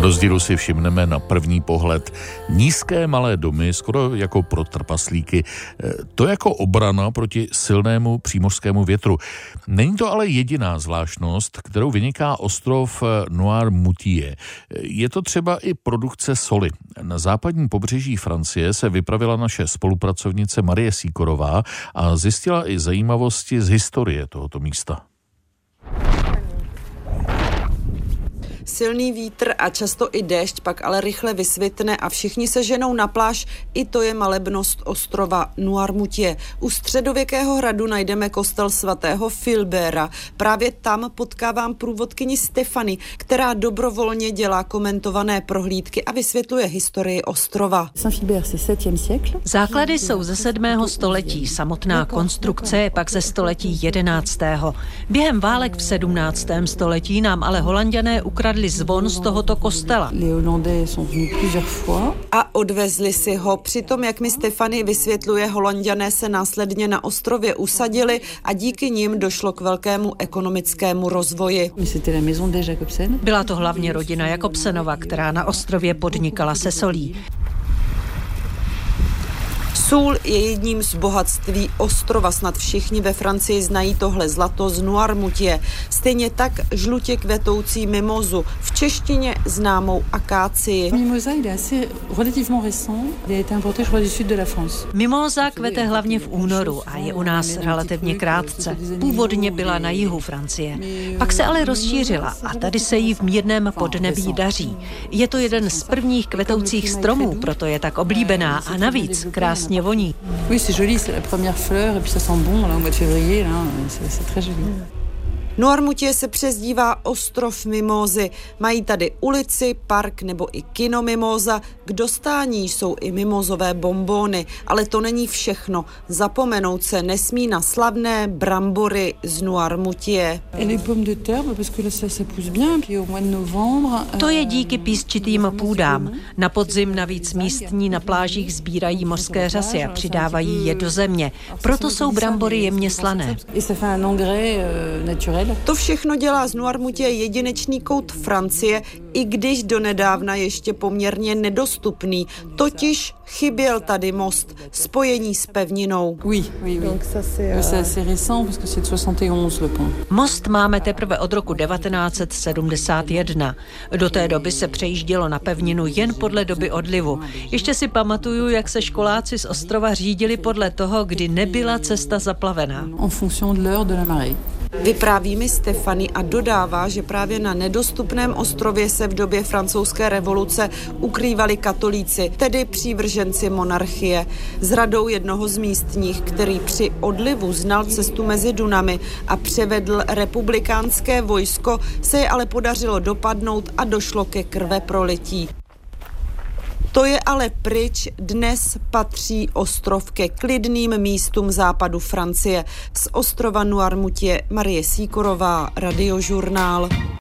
Rozdílu si všimneme na první pohled. Nízké malé domy, skoro jako pro trpaslíky. To jako obrana proti silnému přímořskému větru. Není to ale jediná zvláštnost, kterou vyniká ostrov Noirmoutier. Je to třeba i produkce soli. Na západním pobřeží Francie se vypravila naše spolupracovnice Marie Sýkorová a zjistila i zajímavosti z historie tohoto místa. Silný vítr a často i déšť pak ale rychle vysvitne a všichni se ženou na pláž. I to je malebnost ostrova Noirmoutier. U středověkého hradu najdeme kostel svatého Filbera. Právě tam potkávám průvodkyni Stefany, která dobrovolně dělá komentované prohlídky a vysvětluje historii ostrova. Základy jsou ze 7. století, samotná konstrukce je pak ze století 11. Během válek v 17. století nám ale Holanďané ukradli zvon z tohoto kostela. A odvezli si ho. Přitom, jak mi Stefany vysvětluje, Holanďané se následně na ostrově usadili a díky nim došlo k velkému ekonomickému rozvoji. Byla to hlavně rodina Jakobsenova, která na ostrově podnikala se solí. Sůl je jedním z bohatství ostrova. Snad všichni ve Francii znají tohle zlato z Noirmoutier. Stejně tak žlutě kvetoucí mimozu, v češtině známou akácii. Mimoza kvete hlavně v únoru a je u nás relativně krátce. Původně byla na jihu Francie. Pak se ale rozšířila a tady se jí v mírném podnebí daří. Je to jeden z prvních kvetoucích stromů, proto je tak oblíbená a navíc krásně voní. Oui, c'est joli, c'est la première fleur et puis ça sent bon là au mois de février là, c'est très joli. Noirmoutier se přezdívá ostrov mimózy. Mají tady ulici, park nebo i kino mimóza. K dostání jsou i mimózové bonbóny, ale to není všechno. Zapomenout se nesmí na slavné brambory z Noirmoutier. To je díky písčitým půdám. Na podzim navíc místní na plážích sbírají mořské řasy a přidávají je do země. Proto jsou brambory jemně slané. To všechno dělá z Noirmoutier jedinečný kout Francie, i když donedávna ještě poměrně nedostupný. Totiž chyběl tady most, spojení s pevninou. Most máme teprve od roku 1971. Do té doby se přejíždělo na pevninu jen podle doby odlivu. Ještě si pamatuju, jak se školáci z ostrova řídili podle toho, kdy nebyla cesta zaplavená. Vypráví mi Stefany a dodává, že právě na nedostupném ostrově se v době francouzské revoluce ukrývali katolíci, tedy přívrženci monarchie. S radou jednoho z místních, který při odlivu znal cestu mezi dunami a převedl republikánské vojsko, se je ale podařilo dopadnout a došlo ke krveprolití. To je ale pryč, dnes patří ostrov ke klidným místům západu Francie. Z ostrova Noirmoutier Marie Sýkorová, Radiožurnál.